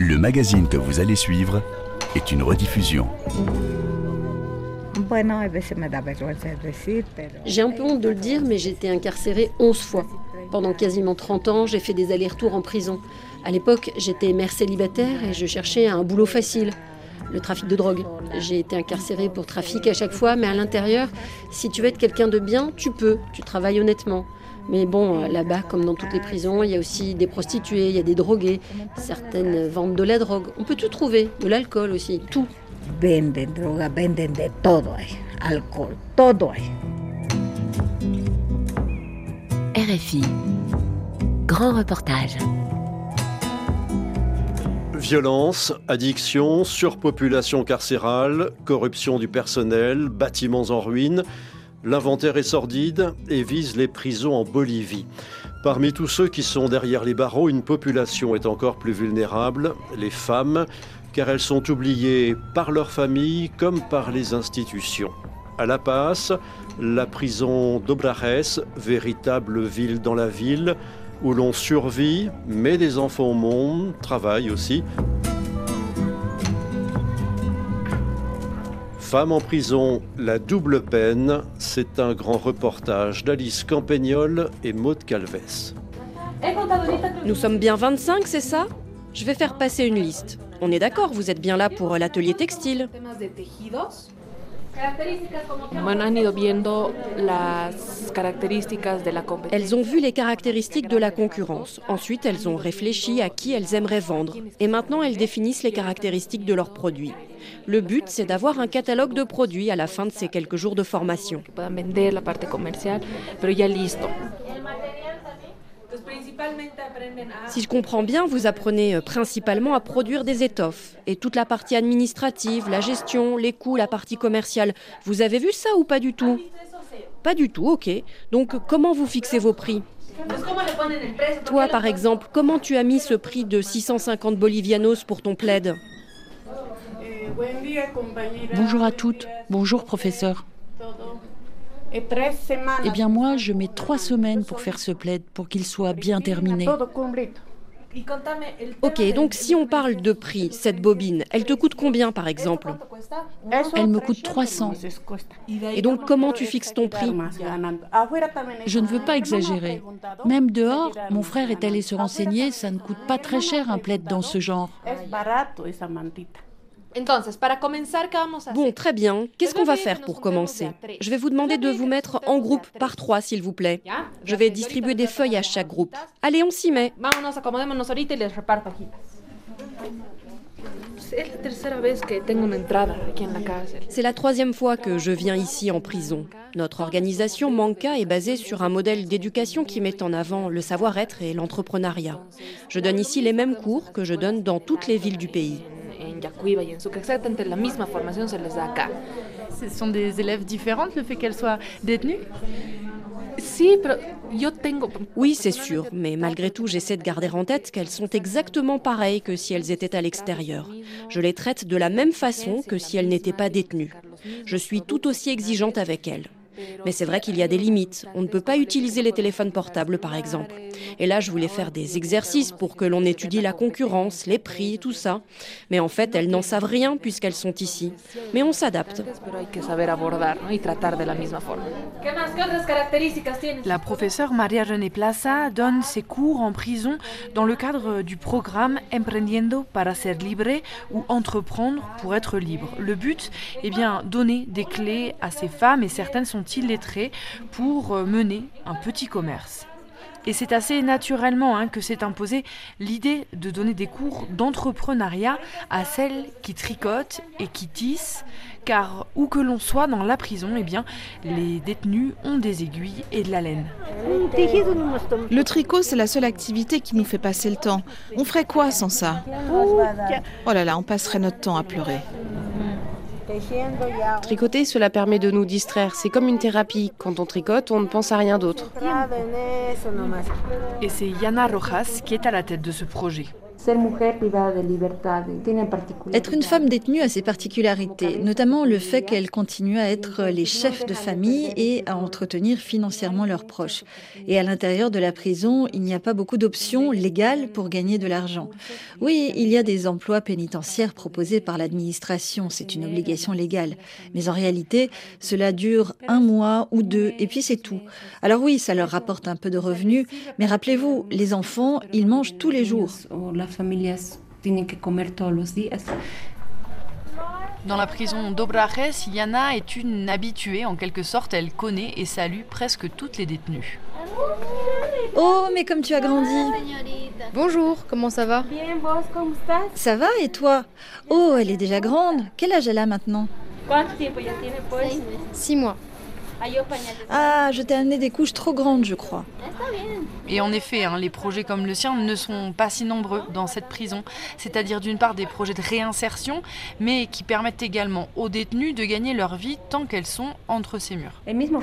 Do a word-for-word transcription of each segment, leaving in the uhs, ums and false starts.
Le magazine que vous allez suivre est une rediffusion. J'ai un peu honte de le dire, mais j'ai été incarcérée onze fois. Pendant quasiment trente ans, j'ai fait des allers-retours en prison. À l'époque, j'étais mère célibataire et je cherchais un boulot facile. Le trafic de drogue. J'ai été incarcérée pour trafic à chaque fois, mais à l'intérieur, si tu veux être quelqu'un de bien, tu peux, tu travailles honnêtement. Mais bon, là-bas, comme dans toutes les prisons, il y a aussi des prostituées, il y a des drogués, certaines vendent de la drogue. On peut tout trouver, de l'alcool aussi, tout. Venden droga, venden de todo ahí, alcohol, todo ahí. R F I, grand reportage. Violence, addiction, surpopulation carcérale, corruption du personnel, bâtiments en ruine. L'inventaire est sordide et vise les prisons en Bolivie. Parmi tous ceux qui sont derrière les barreaux, une population est encore plus vulnérable, les femmes, car elles sont oubliées par leur famille comme par les institutions. À La Paz, la prison d'Obrajes, véritable ville dans la ville, où l'on survit, met des enfants au monde, travaille aussi. Femmes en prison, la double peine, c'est un grand reportage d'Alice Campagnol et Maud Calves. Nous sommes bien vingt-cinq, c'est ça ? Je vais faire passer une liste. On est d'accord, vous êtes bien là pour l'atelier textile. Elles ont vu les caractéristiques de la concurrence. Ensuite, elles ont réfléchi à qui elles aimeraient vendre. Et maintenant, elles définissent les caractéristiques de leurs produits. Le but, c'est d'avoir un catalogue de produits à la fin de ces quelques jours de formation. Si je comprends bien, vous apprenez principalement à produire des étoffes. Et toute la partie administrative, la gestion, les coûts, la partie commerciale. Vous avez vu ça ou pas du tout ? Pas du tout, ok. Donc, comment vous fixez vos prix ? Toi, par exemple, comment tu as mis ce prix de six cent cinquante bolivianos pour ton plaid ? Bonjour à toutes. Bonjour, professeur. Eh bien moi, je mets trois semaines pour faire ce plaid, pour qu'il soit bien terminé. Ok, donc si on parle de prix, cette bobine, elle te coûte combien par exemple ? Elle me coûte trois cents. Et donc comment tu fixes ton prix ? Je ne veux pas exagérer. Même dehors, mon frère est allé se renseigner, ça ne coûte pas très cher un plaid dans ce genre. Bon, très bien. Qu'est-ce qu'on va faire pour commencer ? Je vais vous demander de vous mettre en groupe par trois, s'il vous plaît. Je vais distribuer des feuilles à chaque groupe. Allez, on s'y met. C'est la troisième fois que je viens ici en prison. Notre organisation Manca est basée sur un modèle d'éducation qui met en avant le savoir-être et l'entrepreneuriat. Je donne ici les mêmes cours que je donne dans toutes les villes du pays. Ce sont des élèves différentes, le fait qu'elles soient détenues ? Oui, c'est sûr, mais malgré tout, j'essaie de garder en tête qu'elles sont exactement pareilles que si elles étaient à l'extérieur. Je les traite de la même façon que si elles n'étaient pas détenues. Je suis tout aussi exigeante avec elles. Mais c'est vrai qu'il y a des limites. On ne peut pas utiliser les téléphones portables, par exemple. Et là, je voulais faire des exercices pour que l'on étudie la concurrence, les prix, tout ça. Mais en fait, elles n'en savent rien puisqu'elles sont ici. Mais on s'adapte. La professeure Maria René Plaza donne ses cours en prison dans le cadre du programme Emprendiendo para ser libre ou Entreprendre pour être libre. Le but, eh bien, donner des clés à ces femmes, et certaines sont illettrées, pour mener un petit commerce. Et c'est assez naturellement hein, que s'est imposée l'idée de donner des cours d'entrepreneuriat à celles qui tricotent et qui tissent, car où que l'on soit dans la prison, eh bien, les détenus ont des aiguilles et de la laine. Le tricot, c'est la seule activité qui nous fait passer le temps. On ferait quoi sans ça ? Oh là là, on passerait notre temps à pleurer. Tricoter, cela permet de nous distraire. C'est comme une thérapie. Quand on tricote, on ne pense à rien d'autre. Et c'est Yana Rojas qui est à la tête de ce projet. Être une femme détenue a ses particularités, notamment le fait qu'elles continuent à être les chefs de famille et à entretenir financièrement leurs proches. Et à l'intérieur de la prison, il n'y a pas beaucoup d'options légales pour gagner de l'argent. Oui, il y a des emplois pénitentiaires proposés par l'administration, c'est une obligation légale. Mais en réalité, cela dure un mois ou deux, et puis c'est tout. Alors oui, ça leur rapporte un peu de revenus, mais rappelez-vous, les enfants, ils mangent tous les jours. Dans la prison d'Obrajes, Iliana est une habituée, en quelque sorte, elle connaît et salue presque toutes les détenues. Oh, mais comme tu as grandi. Bonjour, comment ça va? Ça va, et toi? Oh, elle est déjà grande. Quel âge elle a maintenant? Six mois. Ah, je t'ai amené des couches trop grandes, je crois. Et en effet, hein, les projets comme le sien ne sont pas si nombreux dans cette prison. C'est-à-dire d'une part des projets de réinsertion, mais qui permettent également aux détenus de gagner leur vie tant qu'elles sont entre ces murs.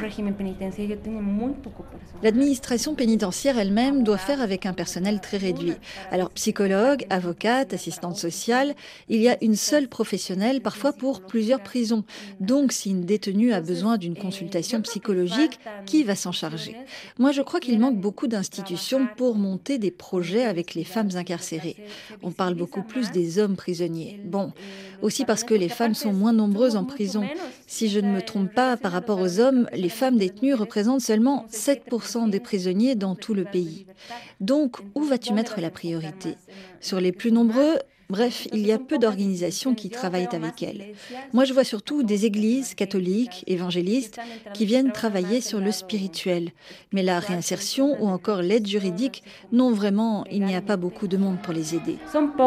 L'administration pénitentiaire elle-même doit faire avec un personnel très réduit. Alors, psychologue, avocate, assistante sociale, il y a une seule professionnelle, parfois pour plusieurs prisons. Donc, si une détenue a besoin d'une consultation psychologique, qui va s'en charger? Moi, je crois qu'il manque beaucoup d'institutions pour monter des projets avec les femmes incarcérées. On parle beaucoup plus des hommes prisonniers. Bon, aussi parce que les femmes sont moins nombreuses en prison. Si je ne me trompe pas, par rapport aux hommes, les femmes détenues représentent seulement sept pour cent des prisonniers dans tout le pays. Donc, où vas-tu mettre la priorité? Sur les plus nombreux? Bref, il y a peu d'organisations qui travaillent avec elles. Moi, je vois surtout des églises catholiques, évangélistes, qui viennent travailler sur le spirituel. Mais la réinsertion ou encore l'aide juridique, non, vraiment, il n'y a pas beaucoup de monde pour les aider.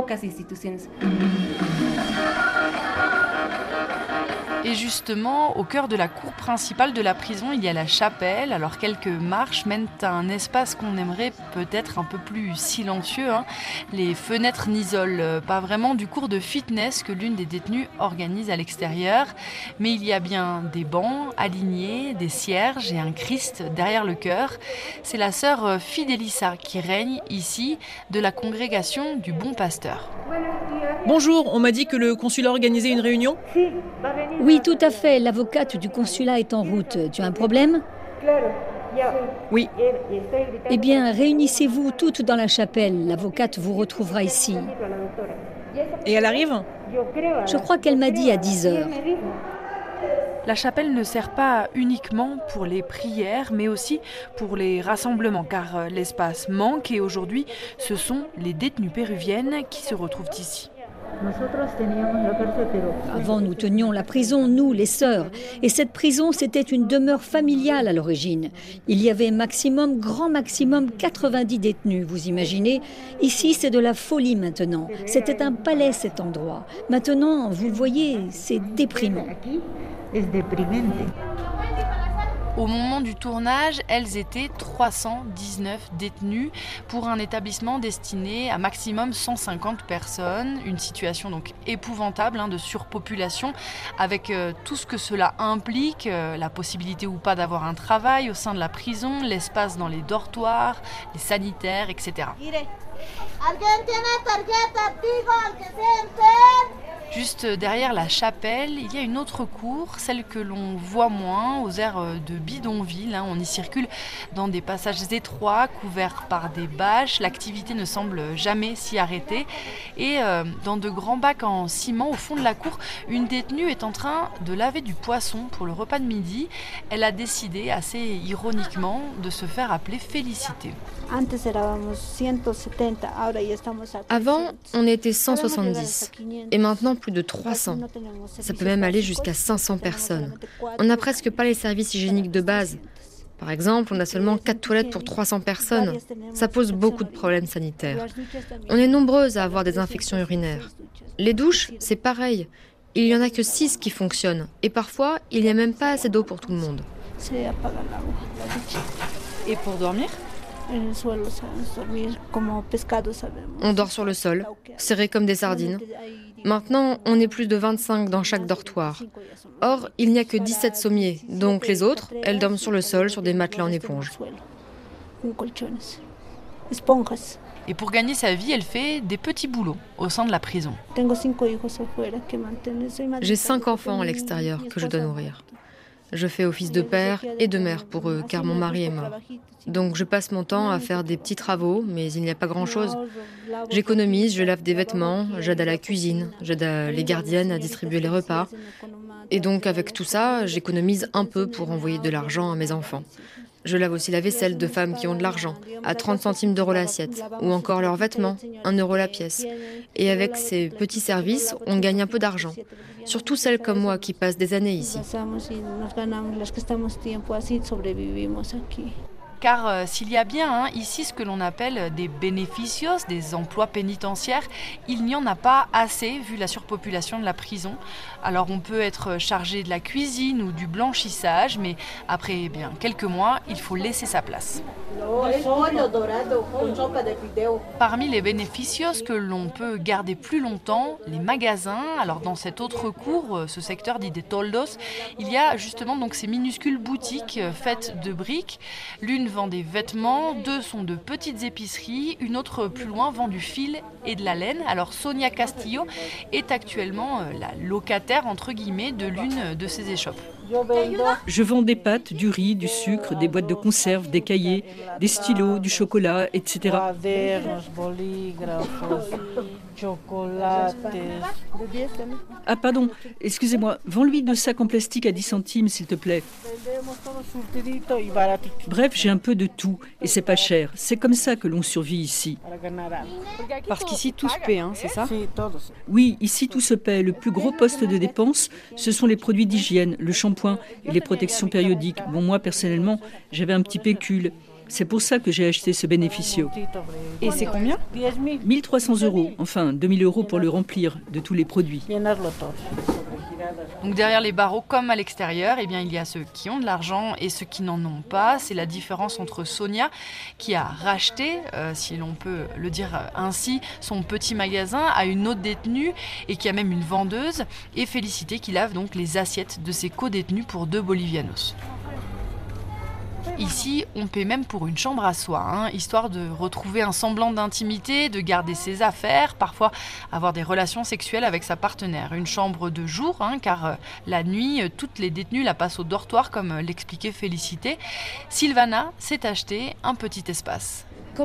Et justement, au cœur de la cour principale de la prison, il y a la chapelle. Alors quelques marches mènent à un espace qu'on aimerait peut-être un peu plus silencieux, hein. Les fenêtres n'isolent pas vraiment du cours de fitness que l'une des détenues organise à l'extérieur. Mais il y a bien des bancs alignés, des cierges et un Christ derrière le chœur. C'est la sœur Fidelissa qui règne ici de la congrégation du Bon Pasteur. Bonjour, on m'a dit que le consulat organisait une réunion? Oui, tout à fait. L'avocate du consulat est en route. Tu as un problème? Oui. Eh bien, réunissez-vous toutes dans la chapelle. L'avocate vous retrouvera ici. Et elle arrive? Je crois qu'elle m'a dit à dix heures. La chapelle ne sert pas uniquement pour les prières, mais aussi pour les rassemblements, car l'espace manque et aujourd'hui, ce sont les détenues péruviennes qui se retrouvent ici. Avant, nous tenions la prison, nous, les sœurs. Et cette prison, c'était une demeure familiale à l'origine. Il y avait maximum, grand maximum, quatre-vingt-dix détenus, vous imaginez? Ici, c'est de la folie maintenant. C'était un palais, cet endroit. Maintenant, vous le voyez, c'est déprimant. Au moment du tournage, elles étaient trois cent dix-neuf détenues pour un établissement destiné à maximum cent cinquante personnes. Une situation donc épouvantable, hein, de surpopulation, avec euh, tout ce que cela implique, euh, la possibilité ou pas d'avoir un travail au sein de la prison, l'espace dans les dortoirs, les sanitaires, et cetera. Juste derrière la chapelle, il y a une autre cour, celle que l'on voit moins, aux airs de bidonville. On y circule dans des passages étroits, couverts par des bâches. L'activité ne semble jamais s'y arrêter. Et euh, dans de grands bacs en ciment, au fond de la cour, une détenue est en train de laver du poisson pour le repas de midi. Elle a décidé, assez ironiquement, de se faire appeler Félicité. Avant, on était cent soixante-dix et maintenant plus de trois cents. Ça peut même aller jusqu'à cinq cents personnes. On n'a presque pas les services hygiéniques de base. Par exemple, on a seulement quatre toilettes pour trois cents personnes. Ça pose beaucoup de problèmes sanitaires. On est nombreuses à avoir des infections urinaires. Les douches, c'est pareil. Il n'y en a que six qui fonctionnent. Et parfois, il n'y a même pas assez d'eau pour tout le monde. Et pour dormir ? On dort sur le sol, serrés comme des sardines. Maintenant, on est plus de vingt-cinq dans chaque dortoir. Or, il n'y a que dix-sept sommiers, donc les autres, elles dorment sur le sol, sur des matelas en éponge. Et pour gagner sa vie, elle fait des petits boulots au sein de la prison. J'ai cinq enfants à l'extérieur que je dois nourrir. Je fais office de père et de mère pour eux, car mon mari est mort. Donc je passe mon temps à faire des petits travaux, mais il n'y a pas grand-chose. J'économise, je lave des vêtements, j'aide à la cuisine, j'aide les gardiennes à distribuer les repas. Et donc avec tout ça, j'économise un peu pour envoyer de l'argent à mes enfants. Je lave aussi la vaisselle de femmes qui ont de l'argent, à trente centimes d'euros l'assiette, ou encore leurs vêtements, un euro la pièce. Et avec ces petits services, on gagne un peu d'argent. Surtout celles comme moi qui passent des années ici. Car euh, s'il y a bien hein, ici ce que l'on appelle des beneficios, des emplois pénitentiaires, il n'y en a pas assez vu la surpopulation de la prison. Alors on peut être chargé de la cuisine ou du blanchissage, mais après eh bien, quelques mois, il faut laisser sa place. Parmi les beneficios que l'on peut garder plus longtemps, les magasins. Alors dans cette autre cour, ce secteur dit des toldos, il y a justement donc ces minuscules boutiques faites de briques. L'une vend des vêtements, deux sont de petites épiceries, une autre plus loin vend du fil et de la laine. Alors Sonia Castillo est actuellement la locataire entre guillemets de l'une de ces échoppes. Je vends des pâtes, du riz, du sucre, des boîtes de conserve, des cahiers, des stylos, du chocolat, et cetera. Ah pardon, excusez-moi, vends-lui deux sacs en plastique à dix centimes s'il te plaît. Bref, j'ai un peu de tout et c'est pas cher. C'est comme ça que l'on survit ici. Parce qu'ici tout se paie, hein, c'est ça ? Oui, ici tout se paie. Le plus gros poste de dépense, ce sont les produits d'hygiène, le shampoing et les protections périodiques. Bon, moi personnellement, j'avais un petit pécule. C'est pour ça que j'ai acheté ce bénéficio. Et c'est combien ? mille trois cents euros, enfin deux mille euros pour le remplir de tous les produits. Donc derrière les barreaux comme à l'extérieur, eh bien, il y a ceux qui ont de l'argent et ceux qui n'en ont pas. C'est la différence entre Sonia qui a racheté, euh, si l'on peut le dire ainsi, son petit magasin à une autre détenue et qui a même une vendeuse, et Félicité qui lave donc les assiettes de ses co-détenus pour deux bolivianos. Ici, on paie même pour une chambre à soi, hein, histoire de retrouver un semblant d'intimité, de garder ses affaires, parfois avoir des relations sexuelles avec sa partenaire. Une chambre de jour, hein, car euh, la nuit, euh, toutes les détenues la passent au dortoir, comme euh, l'expliquait Félicité. Silvana s'est acheté un petit espace.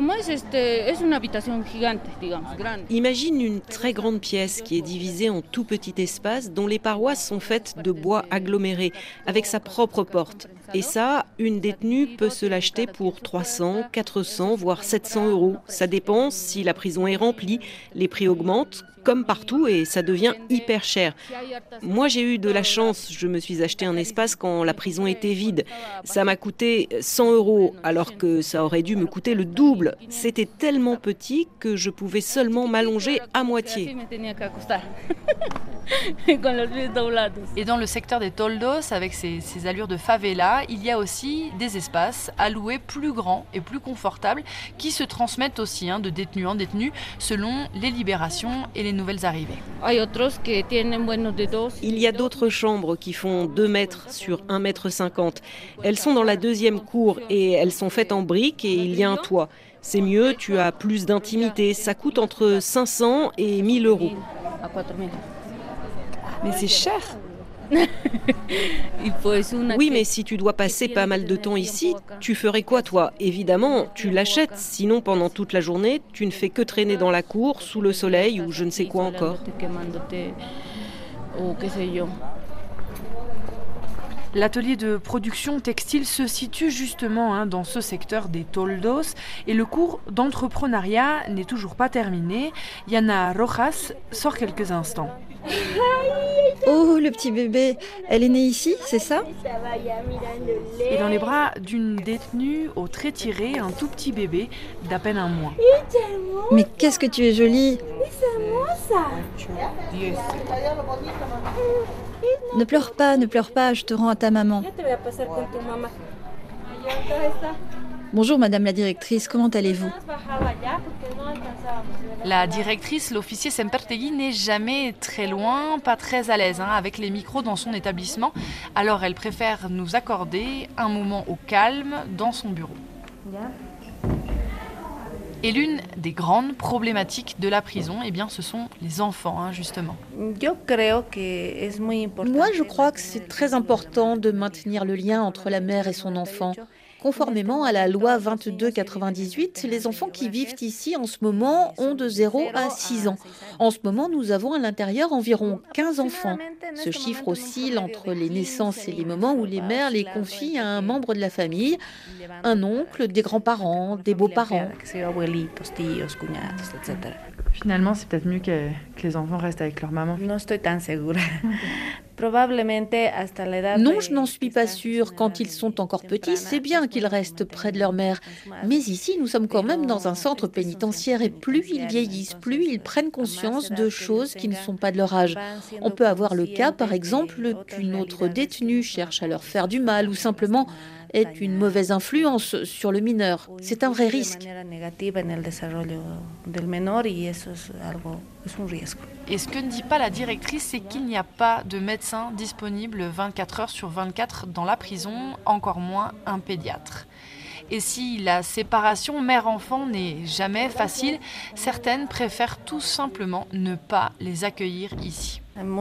Imagine une très grande pièce qui est divisée en tout petit espace dont les parois sont faites de bois aggloméré avec sa propre porte. Et ça, une détenue peut se l'acheter pour trois cents, quatre cents, voire sept cents euros. Ça dépend si la prison est remplie, les prix augmentent, comme partout, et ça devient hyper cher. Moi, j'ai eu de la chance, je me suis acheté un espace quand la prison était vide. Ça m'a coûté cent euros, alors que ça aurait dû me coûter le double. C'était tellement petit que je pouvais seulement m'allonger à moitié. Et dans le secteur des toldos, avec ses, ses allures de favela, il y a aussi des espaces alloués plus grands et plus confortables qui se transmettent aussi hein, de détenu en détenu selon les libérations et les nouvelles arrivées. Il y a d'autres chambres qui font deux mètres sur un mètre cinquante. Elles sont dans la deuxième cour et elles sont faites en briques et il y a un toit. C'est mieux, tu as plus d'intimité. Ça coûte entre cinq cents et mille euros. Mais c'est cher. Oui, mais si tu dois passer pas mal de temps ici, tu ferais quoi toi ? Évidemment, tu l'achètes, sinon pendant toute la journée, tu ne fais que traîner dans la cour, sous le soleil ou je ne sais quoi encore. L'atelier de production textile se situe justement hein, dans ce secteur des toldos et le cours d'entrepreneuriat n'est toujours pas terminé. Yana Rojas sort quelques instants. Oh, le petit bébé, elle est née ici, c'est ça ? Et dans les bras d'une détenue au trait tiré, un tout petit bébé d'à peine un mois. Mais qu'est-ce que tu es jolie ! Ne pleure pas, ne pleure pas, je te rends à ta maman. Bonjour Madame la directrice, comment allez-vous ? La directrice, l'officier Sempertegui, n'est jamais très loin, pas très à l'aise hein, avec les micros dans son établissement. Alors elle préfère nous accorder un moment au calme dans son bureau. Et l'une des grandes problématiques de la prison, eh bien, ce sont les enfants, hein, justement. Moi, je crois que c'est très important de maintenir le lien entre la mère et son enfant. Conformément à la loi vingt-deux quatre-vingt-dix-huit, les enfants qui vivent ici en ce moment ont de zéro à six ans. En ce moment, nous avons à l'intérieur environ quinze enfants. Ce chiffre oscille entre les naissances et les moments où les mères les confient à un membre de la famille, un oncle, des grands-parents, des beaux-parents. Finalement, c'est peut-être mieux que, que les enfants restent avec leur maman. Non, je n'en suis pas sûre. Quand ils sont encore petits, c'est bien qu'ils restent près de leur mère. Mais ici, nous sommes quand même dans un centre pénitentiaire et plus ils vieillissent, plus ils prennent conscience de choses qui ne sont pas de leur âge. On peut avoir le cas, par exemple, qu'une autre détenue cherche à leur faire du mal ou simplement est une mauvaise influence sur le mineur. C'est un vrai risque. Et ce que ne dit pas la directrice, c'est qu'il n'y a pas de médecin disponible vingt-quatre heures sur vingt-quatre dans la prison, encore moins un pédiatre. Et si la séparation mère-enfant n'est jamais facile, certaines préfèrent tout simplement ne pas les accueillir ici.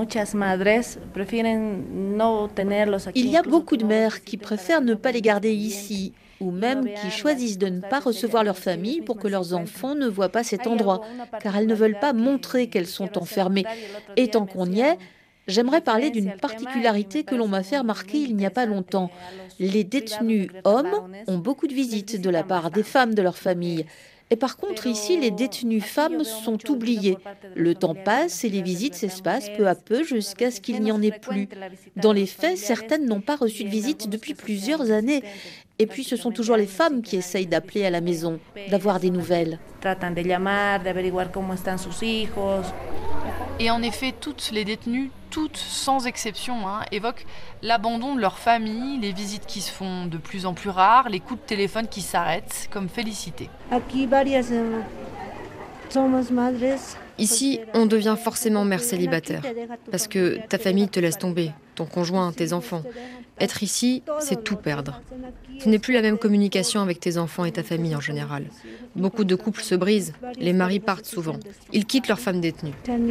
Il y a beaucoup de mères qui préfèrent ne pas les garder ici, ou même qui choisissent de ne pas recevoir leur famille pour que leurs enfants ne voient pas cet endroit, car elles ne veulent pas montrer qu'elles sont enfermées. Et tant qu'on y est, j'aimerais parler d'une particularité que l'on m'a fait remarquer il n'y a pas longtemps. Les détenus hommes ont beaucoup de visites de la part des femmes de leur famille. Et par contre, ici, les détenues femmes sont oubliées. Le temps passe et les visites s'espacent peu à peu jusqu'à ce qu'il n'y en ait plus. Dans les faits, certaines n'ont pas reçu de visite depuis plusieurs années. Et puis, ce sont toujours les femmes qui essayent d'appeler à la maison, d'avoir des nouvelles. Et en effet, toutes les détenues, toutes sans exception, hein, évoquent l'abandon de leur famille, les visites qui se font de plus en plus rares, les coups de téléphone qui s'arrêtent, comme Félicité. Ici, on devient forcément mère célibataire, parce que ta famille te laisse tomber, ton conjoint, tes enfants. Être ici, c'est tout perdre. Ce n'est plus la même communication avec tes enfants et ta famille en général. Beaucoup de couples se brisent, les maris partent souvent. Ils quittent leur femme détenue.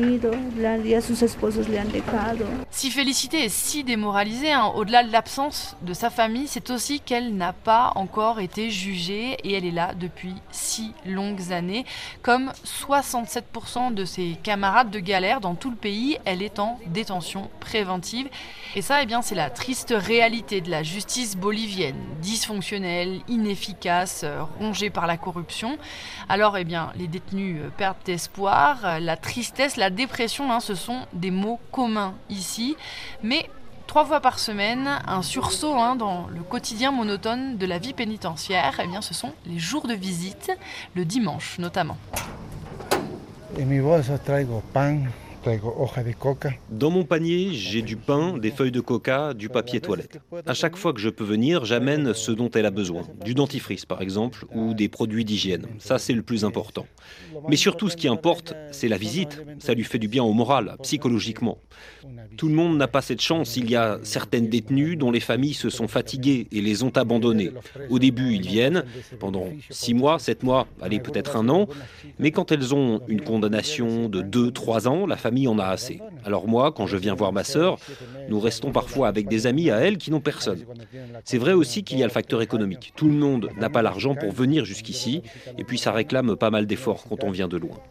Si Félicité est si démoralisée, hein, au-delà de l'absence de sa famille, c'est aussi qu'elle n'a pas encore été jugée et elle est là depuis six longues années. Comme soixante-sept pour cent de ses camarades de galère dans tout le pays, elle est en détention préventive. Et ça, eh bien, c'est la triste réalité de la justice bolivienne, dysfonctionnelle, inefficace, rongée par la corruption. Alors, eh bien, les détenus perdent espoir, la tristesse, la dépression, hein, ce sont des mots communs ici. Mais trois fois par semaine, un sursaut hein, dans le quotidien monotone de la vie pénitentiaire, eh bien, ce sont les jours de visite, le dimanche notamment. En mi bolso traigo pan. Dans mon panier, j'ai du pain, des feuilles de coca, du papier toilette. À chaque fois que je peux venir, j'amène ce dont elle a besoin. Du dentifrice, par exemple, ou des produits d'hygiène. Ça, c'est le plus important. Mais surtout, ce qui importe, c'est la visite. Ça lui fait du bien au moral, psychologiquement. Tout le monde n'a pas cette chance. Il y a certaines détenues dont les familles se sont fatiguées et les ont abandonnées. Au début, ils viennent pendant six mois, sept mois, allez, peut-être un an. Mais quand elles ont une condamnation de deux, trois ans, la famille en a assez. Alors moi, quand je viens voir ma sœur, nous restons parfois avec des amis à elle qui n'ont personne. C'est vrai aussi qu'il y a le facteur économique. Tout le monde n'a pas l'argent pour venir jusqu'ici, et puis ça réclame pas mal d'efforts quand on vient de loin.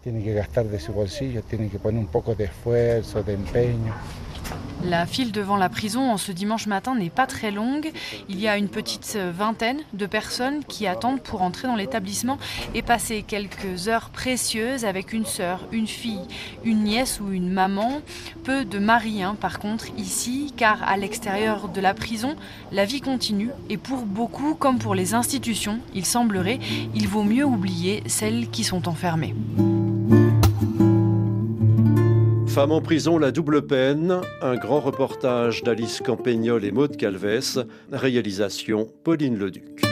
La file devant la prison en ce dimanche matin n'est pas très longue. Il y a une petite vingtaine de personnes qui attendent pour entrer dans l'établissement et passer quelques heures précieuses avec une sœur, une fille, une nièce ou une maman. Peu de maris, hein, par contre, ici, car à l'extérieur de la prison, la vie continue. Et pour beaucoup, comme pour les institutions, il semblerait, il vaut mieux oublier celles qui sont enfermées. Femmes en prison, la double peine, un grand reportage d'Alice Campagnol et Maude Calves, réalisation Pauline Leduc.